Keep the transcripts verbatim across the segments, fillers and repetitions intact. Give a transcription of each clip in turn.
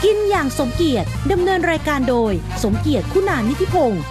กินอย่างสมเกียรติดำเนินรายการโดยสมเกียรติคุณานิธิพงศ์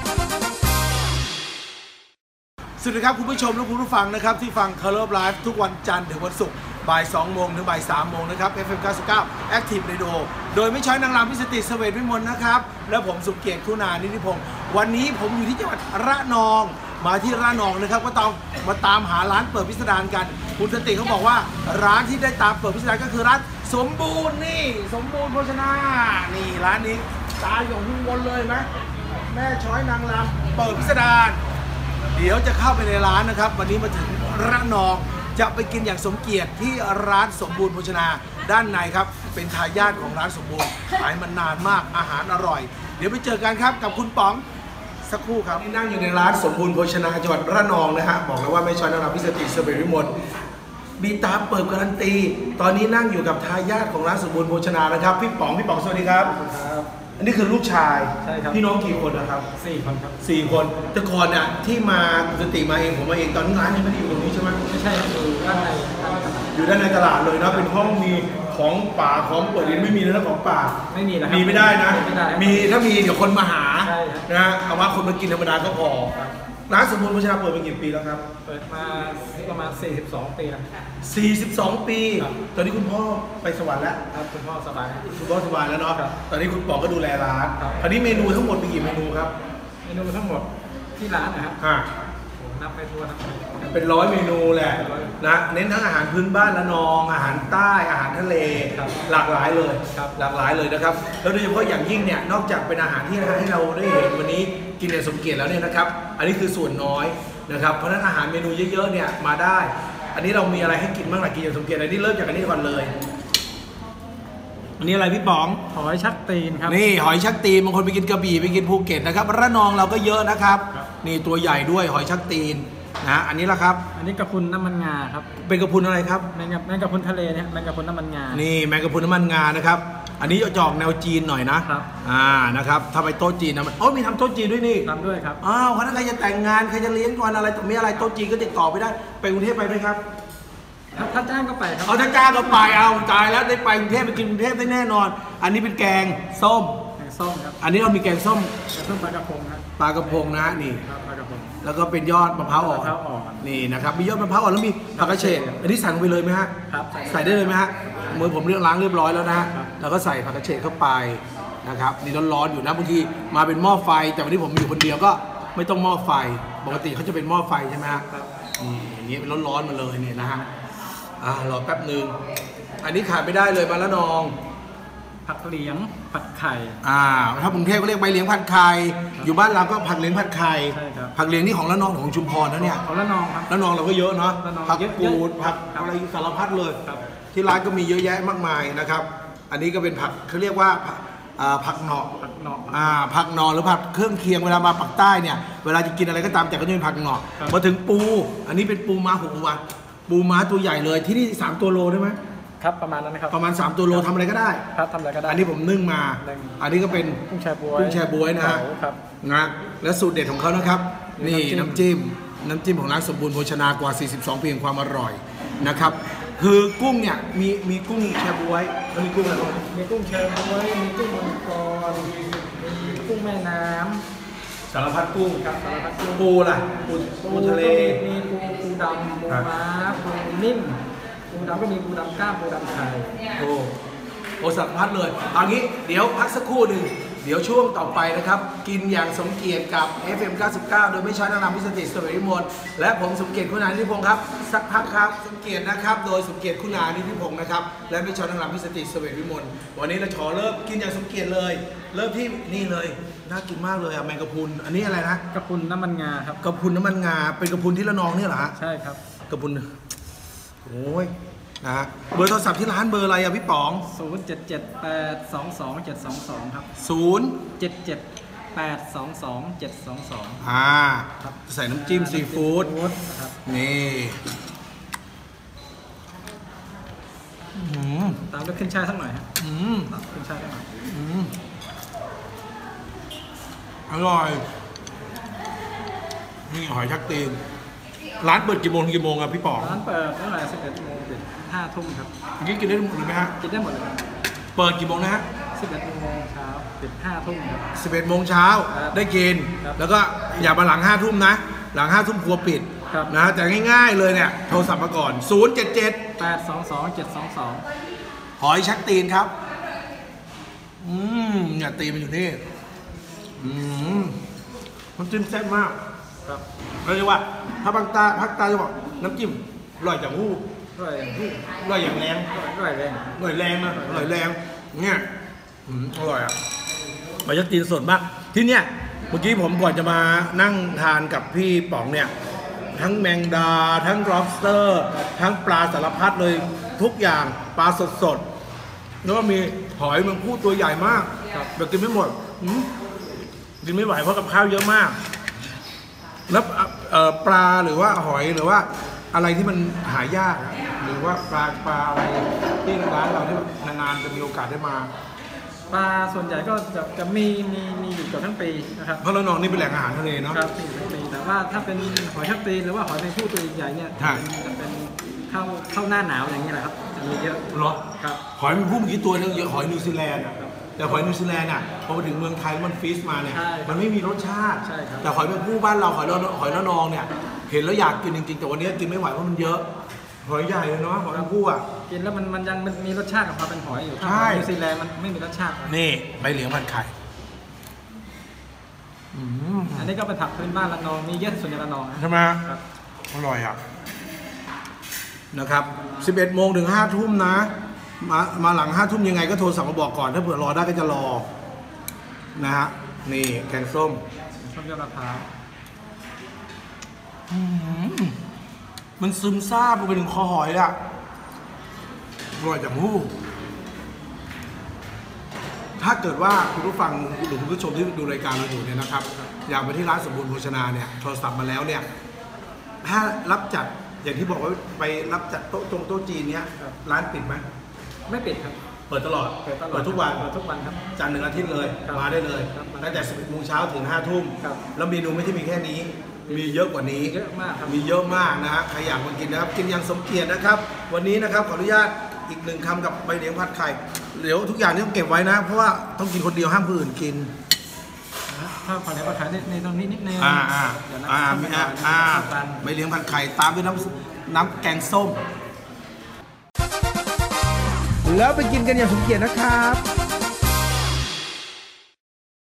สวัสดีครับคุณผู้ชมและคุณผู้ฟังนะครับที่ฟัง Color Live ทุกวันจันทร์ถึงวันศุกร์บ่ายสองโมงถึงบ่ายสามโมงนะครับ เอฟ เอ็ม เก้าสิบเก้า Active Radio โดยไม่ใช้นางรำพิสติเสวตวิมลนะครับและผมสมเกียรติคุณานิธิพงศ์วันนี้ผมอยู่ที่จังหวัดระนองมาที่ระนองนะครับก็ต้องมาตามหาร้านเปิดพิสดารกันคุณสติเขาบอกว่าร้านที่ได้ตามเปิดพิสดารก็คือร้านสมบูรณ์นี่สมบูรณ์โภชนานี่ร้านนี้ตาอยู่ข้างบนเลยไหมแม่ช้อยนางรำเปิดพิสดารเดี๋ยวจะเข้าไปในร้านนะครับวันนี้มาถึงระนองจะไปกินอย่างสมเกียรติที่ร้านสมบูรณ์โภชนาด้านในครับเป็นทายาทของร้านสมบูรณ์ขายมานานมากอาหารอร่อยเดี๋ยวไปเจอกันครับกับคุณป๋องสักครู่ครับนั่งอยู่ในร้านสมบูรณ์โภชนาจังหวัดระนองนะฮะบอกเลยว่าไม่ช้อยนางรำพิสติเสวตวิมลมีตาเปิดการันตีตอนนี้นั่งอยู่กับทายาทของร้านสมบูรณ์โภชนานะครับพี่ป๋องพี่ป๋องสวัสดีครับอันนี้คือลูกชายใช่ครับพี่น้องกี่คนนะครับสี่คนครับสี่คนแต่ก่อนเนี่ยที่มาสติมาเองผมมาเองตอนนี้ร้านยังไม่ได้อยู่ตรงนี้ใช่ไหมไม่ใช่อยู่ด้านในอยู่ด้านในตลาดเลยนะเป็นห้องมีของป่าของเปิดดินไม่มีนะของป่าไม่มีนะมีไม่ได้นะมีถ้ามีเดี๋ยวคนมาหานะเอาว่าคนมากินธรรมดาก็พอร้านสมบูรณ์โภชนาเปิดมากี่ปีแล้วครับเปิดมาประมาณสี่สิบสองปีแล้วสี่สิบสองปีตอนนี้คุณพ่อไปสวรรค์แล้วครับคุณพ่อสบายคุณพ่อสบายแล้วเนาะตอนนี้คุณป๋องก็ดูแลร้านคราวนี้เมนูทั้งหมดมีกี่เมนูครับเมนูทั้งหมดที่ร้านนะครับผมนับไปทั่วทั้งเป็นร้อยเมนูแหละนะเน้นทั้งอาหารพื้นบ้านละนองอาหารใต้อาหารทะเลหลากหลายเลยหลากหลายเลยนะครับแล้วโดยเฉพาะอย่างยิ่งเนี่ยนอกจากเป็นอาหารที่ให้เราได้เห็นวันนี้กินอย่างสมเกียรติแล้วเนี่ยนะครับอันนี้คือส่วนน้อยนะครับเพราะฉะนั้นอาหารเมนูเยอะๆเนี่ยมาได้อันนี้เรามีอะไรให้กินบ้างล่ะกินอย่างสมเกียรติอันนี้เริ่มจากอันนี้ก่อนเลยอันนี้อะไรพี่ป๋องหอยชักตีนครับนี่หอยชักตีนบางคนไปกินกระบี่ไปกินภูเก็ตนะครับระนองเราก็เยอะนะครับนี่ตัวใหญ่ด้วยหอยชักตีนนะอันนี้ละครับอันนี้กระพุนน้ำมันงาครับเป็นกระพุนอะไรครับแมงกะแมงกะพุนทะเลเนี่ยแมงกะพุนน้ำมันงานี่แมงกะพุนน้ำมันงานะครับอันนี้จะออกแนวจีนหน่อยนะครับอ่านะครับทำไปโต๊ะจีนนะโอ้มีทำโต๊ะจีนด้วยนี่ทำด้วยครับอ้าวถ้าใครจะแต่งงานใครจะเลี้ยงก่อนอะไรมีอะไรโต๊ะจีนก็ติดต่อไปได้ไปกรุงเทพไปไหมครับถ้าจ้างก็ไปครับเอาถ้าจ้างก็ไปเอาตายแล้วได้ไปกรุงเทพไปกินกรุงเทพได้แน่นอนอันนี้เป็นแกงส้มแกงส้มครับอันนี้เรามีแกงส้มแกงส้มปลากระพงครับปลากระพงนะนี่ปลากระพงแล้วก็เป็นยอดมะพร้าวอ่อนนี่นะครับมียอดมะพร้าวอ่อนแล้วมีผักกระเฉดอันนี้ใส่ลงไปเลยไหมฮะครับใส่ได้เลยไหมฮะมือผมเรียกล้างเรียบร้อยแล้วนะแล้วก็ใส่ผักกระเฉดเข้าไปนะครับนี่ร้อนๆอยู่นะบางทีมาเป็นหม้อไฟแต่วันนี้ผมอยู่คนเดียวก็ไม่ต้องหม้อไฟปกติเขาจะเป็นหม้อไฟใช่ไหมฮะนี่อย่างนี้เป็นร้อนๆมาเลยเนี่ยนะฮะอ่ารอแป๊บนึงอันนี้ขาดไม่ได้เลยมาละนองผักเหลียงผัดไข่อ่าถ้ากรุงเทพก็เรียกใบเหลียงผัดไข่อยู่บ้านเราก็ผักเหลียงผัดไข่ใช่ครับผักเหลียงนี่ของละนองของชุมพรนะเนี่ยของละนองครับละนองเราก็เยอะเนาะผักกูดผักอะไรสารพัดเลยที่ร้านก็มีเยอะแยะมากมายนะครับอันนี้ก็เป็นผักเขาเรียกว่าผักหน่อผักหน่ออ่าผักหน่อหรือผักเครื่องเคียงเวลามาปักใต้เนี่ยเวลาจะกินอะไรก็ตามแต่ก็จะเป็นผักหน่อมาถึงปูอันนี้เป็นปูม้าหกวันปูม้าตัวใหญ่เลยที่นี่สามตัวโลได้ไหมครับประมาณนั้นนะครับประมาณสามตัวโลทำอะไรก็ได้ครับทำอะไรก็ได้อันนี้ผมนึ่งมาอันนี้ก็เป็นกุ้งแช่บ๊วยกุ้งแช่บ๊วยนะฮะนะและสูตรเด็ดของเขานะครับนี่น้ำจิ้มน้ำจิ้มของร้านสมบูรณ์โภชนากว่าสี่สิบสองปีแห่งความอร่อยนะครับคือกุ้งเนี่ยมีมีกุ้งแช่บ๊วยแล้วมีกุ้งอะไรบ้างมีกุ้งแช่บ๊วยมีกุ้งมังกรมีกุ้งแม่น้ำสารพัดกุ้งครับสารพัดกุ้งปูล่ะปูปูทะเลมีปูปูดำปูม้าปูนิ่มปูดำก็มีปูดำก้ามปูดำไข่โอ้โอสัตว์พัดเลยเอางี้เดี๋ยวพักสักครู่หนึ่งเดี๋ยวช่วงต่อไปนะครับกินอย่างสมเกียรติกับ เอฟ เอ็ม เก้าสิบเก้า โดยไม่ใช้นางรำพิสติเสวตวิมลและผมสมเกียรติคุณานิธิพงศ์ครับสักพักครับสมเกียรตินะครับโดยสมเกียรติคุณานิธิพงศ์นะครับและไม่ใช้นางรำพิสติเสวตวิมลวันนี้เราขอเริ่มกินอย่างสมเกียรติเลยเริ่มที่นี่เลยน่ากินมากเลยอะแมงกะพรุนอันนี้อะไรนะกระพุนน้ำมันงาครับกระพุนน้ำมันงาเป็นกระพุนที่ระนองเนี่ยเหรอฮะใช่ครับกระพุนโอ้ยนะฮะเบอร์โทรศัพท์ที่ร้านเบอร์อะไรอะพี่ป๋องศูนย์ เจ็ด เจ็ด แปด สอง สอง เจ็ด สอง สองครับศูนย์เจ็ด เจ็ด แปด สอง สอง เจ็ด สอง สองอ่าใส่น้ำจิ้มซีฟู้ดนี่ตามด้วยขึ้นช่ายสักหน่อยฮะอืมขึ้นช่ายสักหน่อยอืมอร่อยนี่หอยชักตีนร้านเปิดกี่โมงกี่โมงครับพี่ป๋องร้านเปิดตั้งแต่สิบเอ็ดโมงถึงห้าทุ่มครับเมื่อกี้กินได้หมดเลยไหมฮะกินได้หมดเลยเปิดกี่โมงนะฮะสิบเอ็ดโมงเช้าสิบห้าทุ่มครับสิบเอ็ดโมงเช้าได้กินแล้วก็อย่ามาหลังห้าทุ่มนะหลังห้าทุ่มครัวปิดนะแต่ง่ายๆเลยเนี่ยโทรศัพท์มาก่อนศูนย์ เจ็ด เจ็ดแปด สอง สอง เจ็ด สอง สองหอยชักตีนครับอืมเนี่ยตีนมันอยู่นี่อืมน้ำจิ้มแซ่บมากครับเขาเรียกว่าถ้าภาคใต้ภาคใต้จะบอกน้ำจิ้มอร่อยจากหู้อร่อยอย่างที่อร่อยอย่างแรงอร่อยแรงอร่อยแรงนะอร่อยแรงเนี่ยอืมอร่อยอ่ะหอยชักตีนสดมากที่เนี่ยเมื่อกี้ผมก่อนจะมานั่งทานกับพี่ป๋องเนี่ยทั้งแมงดาทั้ง lobster ทั้งปลาสารพัดเลยทุกอย่างปลาสดๆแล้วก็มีหอยแมงภู่ตัวใหญ่มากแบบกินไม่หมดกินไม่ไหวเพราะกับข้าวเยอะมากแล้วปลาหรือว่าหอยหรือว่าอะไรที่มันหายากหรือว่าปลาปลาอะไรที่ร้านเราที่นานๆจะมีโอกาสได้มาปลาส่วนใหญ่ก็จะจะมีมีมีอยู่เกือบทั้งปีนะครับเพราะเรานองนี่เป็นแหล่งอาหารทะเลเนาะครับมีทั้งปีแต่ว่าถ้าเป็นหอยชักตีนหรือว่าหอยเป็นผู้ตัวใหญ่เนี่ยจะเป็นเข้าเข้าหน้าหนาวอย่างนี้แหละครับจะมีเยอะเหรอครับหอยมันพุ่งกี่ตัวนึงเยอะหอยนิวซีแลนด์แต่หอยนิวซีแลนด์อ่ะพอมาถึงเมืองไทยมันฟีสมาเนี่ยมันไม่มีรสชาติแต่หอยเป็นผู้บ้านเราหอยละหอยละนองเนี่ยเห็นแล้วอยากกินจริงๆแต่วันนี้กินไม่ไหวเพราะมันเยอะหอยใหญ่เลยเนาะหอยผู้อ่ะกินแล้วมันมันยังมันมีรสชาติกับความเป็นหอยอยู่ถ้าหอยนิวซีแลนด์มันไม่มีรสชาตินี่ใบเหลียงผัดไข่อันนี้ก็เป็นผักพื้นบ้านระนองมีเยอะส่วนใหญ่ระนองใช่ไหมครับอร่อยอ่ะนะครับสิบเอ็ดโมงถึงห้าทุ่มนะมามาหลังห้าทุ่มยังไงก็โทรสั่งมาบอกก่อนถ้าเผื่อรอได้ก็จะรอนะฮะนี่แกงส้มส้มยอดมะพร้าวมันซึมซาบไปถึงคอหอยอ่ะอร่อยจังหู้ถ้าเกิดว่าคุณผู้ฟังหรือคุณผู้ชมที่ดูรายการเราอยู่เนี่ยนะครับอยากไปที่ร้านสมบูรณ์โภชนาเนี่ยโทรศัพท์มาแล้วเนี่ยถ้ารับจัดอย่างที่บอกว่าไปรับจัดโต๊ะจงโต๊ะจีนเนี้ยร้านปิดไหมไม่ปิดครับเปิดตลอดเปิดตลอดเปิดทุกวันเปิดทุกวันครับจันทร์ถึงอาทิตย์เลยมาได้เลยตั้งแต่สิบเอ็ดโมงเช้าถึงห้าทุ่มแล้วเมนูไม่ใช่มีแค่นี้มีเยอะกว่านี้เยอะมากครับมีเยอะมากนะฮะใครอยากมากินนะครับกินอย่างสมเกียรตินะครับวันนี้นะครับขออนุญาตอีกหนึ่งคำกับใบเหลียงผัดไข่เดี๋ยวทุกอย่างนี่ต้องเก็บไว้นะเพราะว่าต้องกินคนเดียวห้ามคนอื่นกินถ้าผัดเหลียงผัดไข่ในตรงนี้นิดนึงอ่าอ่าอ่ามีอ่าอ่าใบเหลียงผัดไข่ตามด้วยน้ำน้ำแกงส้มแล้วไปกินกันอย่างสมเกียรตินะครับ